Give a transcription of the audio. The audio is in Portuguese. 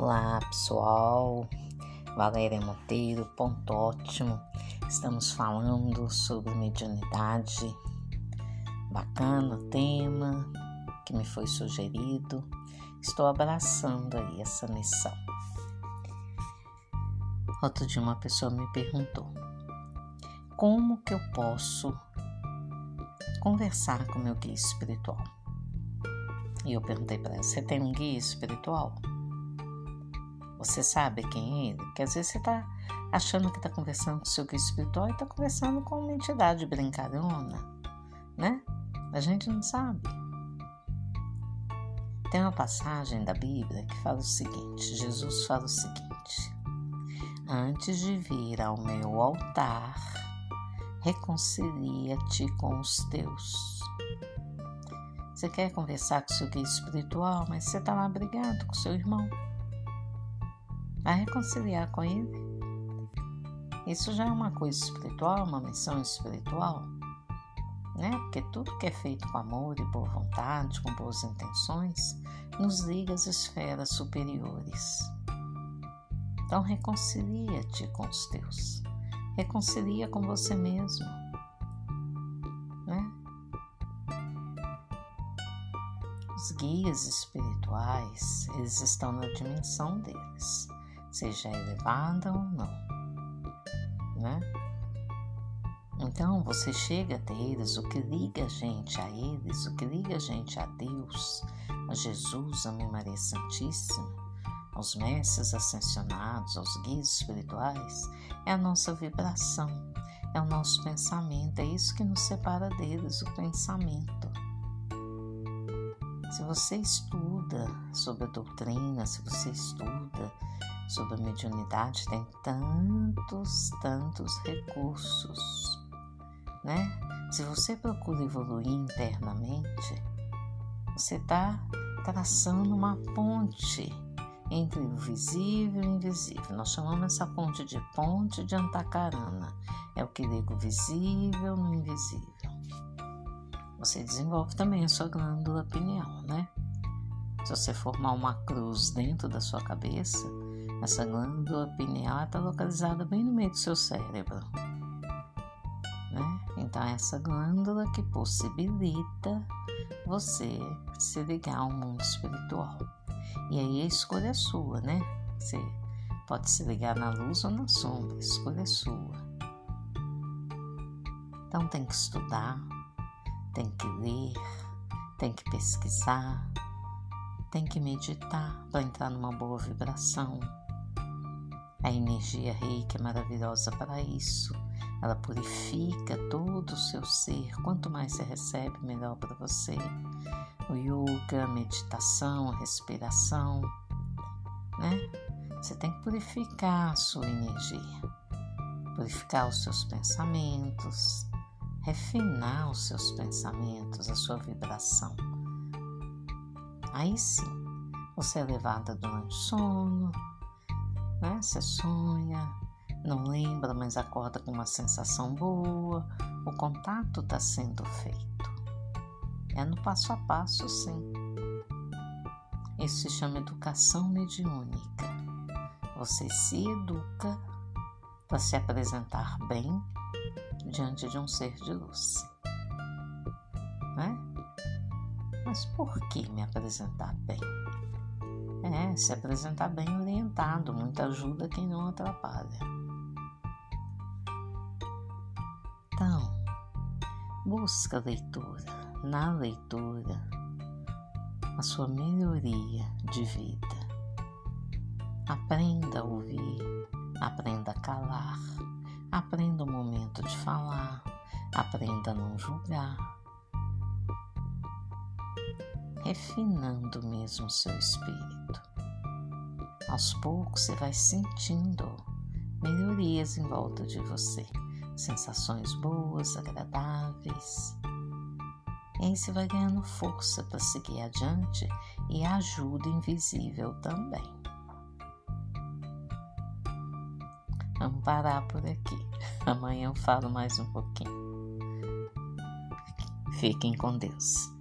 Olá pessoal, Valéria Monteiro, ponto ótimo. Estamos falando sobre mediunidade. Bacana o tema que me foi sugerido. Estou abraçando aí essa missão. Outro dia uma pessoa me perguntou: como que eu posso conversar com meu guia espiritual? E eu perguntei para ela: você tem um guia espiritual? Você sabe quem é ele? Porque às vezes você está achando que está conversando com o seu guia espiritual e está conversando com uma entidade brincalhona, né? A gente não sabe. Tem uma passagem da Bíblia que fala o seguinte: Jesus fala o seguinte: antes de vir ao meu altar, reconcilia-te com os teus. Você quer conversar com o seu guia espiritual, mas você está lá brigado com o seu irmão. Vai reconciliar com ele. Isso já é uma coisa espiritual, uma missão espiritual, né? Porque tudo que é feito com amor e boa vontade, com boas intenções, nos liga às esferas superiores. Então reconcilia-te com os teus. Reconcilia com você mesmo, né? Os guias espirituais, eles estão na dimensão deles, seja elevada ou não, né? Então você chega até eles, o que liga a gente a eles, o que liga a gente a Deus, a Jesus, a Mãe Maria Santíssima, aos mestres ascensionados, aos guias espirituais, é a nossa vibração, é o nosso pensamento, é isso que nos separa deles, o pensamento. Se você estuda sobre a doutrina, se você estuda sobre a mediunidade, tem tantos recursos, né? Se você procura evoluir internamente, você está traçando uma ponte entre o visível e o invisível. Nós chamamos essa ponte de Antacarana. É o que liga o visível no invisível. Você desenvolve também a sua glândula pineal, né? Se você formar uma cruz dentro da sua cabeça, essa glândula pineal está localizada bem no meio do seu cérebro, né? Então é essa glândula que possibilita você se ligar ao mundo espiritual. E aí a escolha é sua, né? Você pode se ligar na luz ou na sombra, a escolha é sua. Então tem que estudar, tem que ler, tem que pesquisar, tem que meditar para entrar numa boa vibração. A energia Reiki é maravilhosa para isso. Ela purifica todo o seu ser. Quanto mais você recebe, melhor para você. O yoga, a meditação, a respiração, né? Você tem que purificar a sua energia, purificar os seus pensamentos, refinar os seus pensamentos, a sua vibração. Aí sim, você é levada durante o sono, né? Você sonha, não lembra, mas acorda com uma sensação boa, o contato está sendo feito. É no passo a passo, sim. Isso se chama educação mediúnica. Você se educa para se apresentar bem diante de um ser de luz, né? Mas por que me apresentar bem? Se apresentar bem orientado, muita ajuda quem não atrapalha. Então, busca leitura. Na leitura, a sua melhoria de vida. Aprenda a ouvir, aprenda a calar, aprenda o momento de falar, aprenda a não julgar. Refinando mesmo o seu espírito. Aos poucos você vai sentindo melhorias em volta de você, sensações boas, agradáveis. E aí você vai ganhando força para seguir adiante e ajuda invisível também. Vamos parar por aqui. Amanhã eu falo mais um pouquinho. Fiquem com Deus.